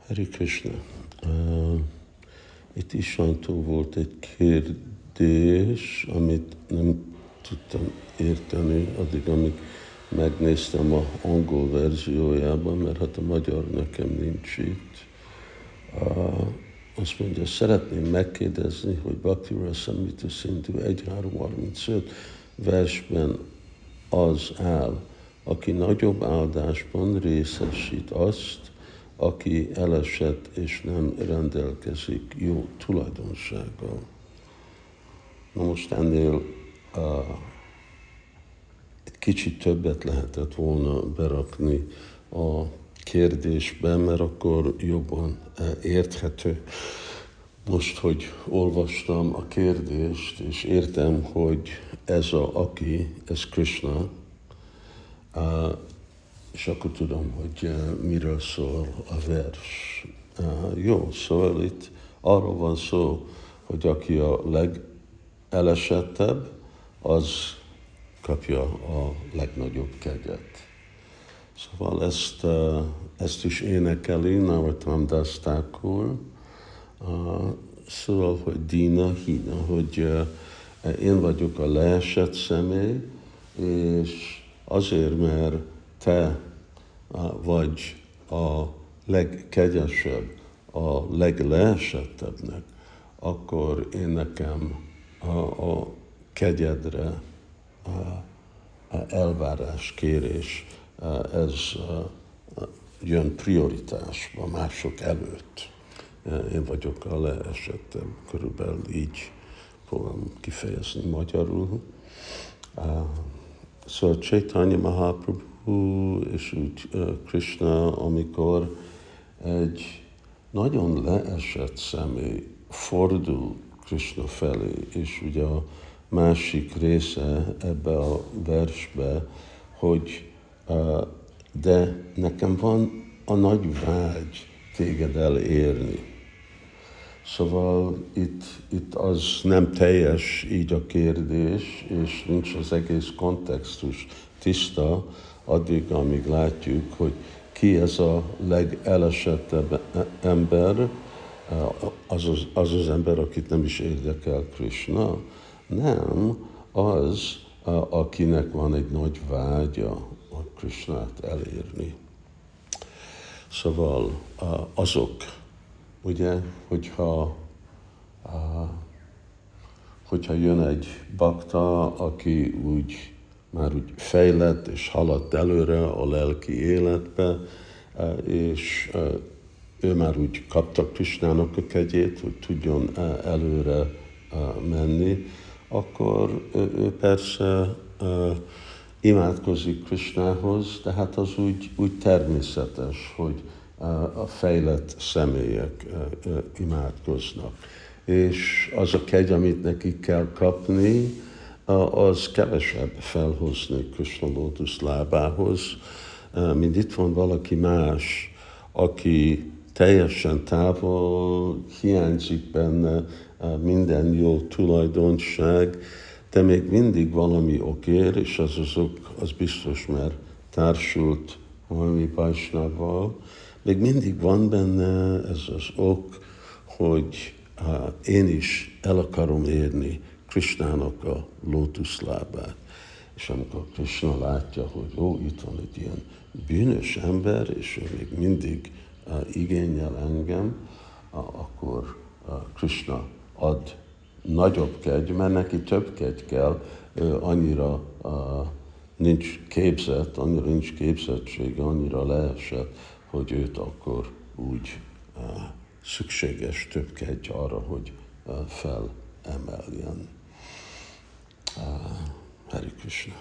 Hare Krishna. Itt Isvántól volt egy kérdés, amit nem tudtam érteni addig, amíg megnéztem a angol verziójában, mert hát a magyar nekem nincs itt. Azt mondja, szeretném megkérdezni, hogy Bhakti Rasamrita Szindhu 1.3.35 versben az áll, aki nagyobb áldásban részesít azt, aki elesett és nem rendelkezik jó tulajdonsággal. Na most ennél egy kicsit többet lehetett volna berakni a kérdésbe, mert akkor jobban érthető. Most, hogy olvastam a kérdést, és értem, hogy ez aki, ez Krishna, és akkor tudom, hogy miről szól a vers. Jó, szóval itt arról van szó, hogy aki a legelesettebb, az kapja a legnagyobb kegyet. Szóval ezt is énekeli Narottam Das Thakur, szóval, hogy Dina Hina, hogy én vagyok a leesett személy, és azért, mert te vagy a legkegyesebb, a legleesettebbnek, akkor én nekem a kegyedre elvárás, kérés, ez jön prioritásba mások előtt. Én vagyok a leesettebb, körülbelül így fogom kifejezni magyarul. Szóval Chaitanya Mahaprabhu és úgy Krishna, amikor egy nagyon leesett személy fordul Krishna felé, és ugye a másik része ebbe a versbe, hogy de nekem van a nagy vágy téged elérni. Szóval itt az nem teljes így a kérdés, és nincs az egész kontextus tiszta, addig, amíg látjuk, hogy ki ez a legelesettebb ember, az ember, akit nem is érdekel Krishna, nem az, akinek van egy nagy vágya a Krishnát elérni. Szóval azok, ugye, hogyha jön egy bakta, aki már úgy fejlett és haladt előre a lelki életbe, és ő már úgy kapta Krishnának a kegyét, hogy tudjon előre menni, akkor ő persze imádkozik Krishnához, de hát az úgy természetes, hogy a fejlett személyek imádkoznak. És az a kegy, amit nekik kell kapni, az kevesebb felhozni Krishna lótusz lábához, mint itt van valaki más, aki teljesen távol, hiányzik benne minden jó tulajdonság, de még mindig valami okért, és az biztos, mert társult valami Vaisnavval, még mindig van benne ez az ok, hogy én is el akarom érni Krishnának a lótuszlábát. És amikor Krishna látja, hogy jó, itt van egy ilyen bűnös ember, és ő még mindig igényel engem, akkor Krishna ad nagyobb kegy, mert neki több kegy kell, annyira nincs képzett, annyira nincs képzettsége, annyira leesett, hogy őt akkor úgy szükséges több kegy arra, hogy felemeljen. Hare Krishna.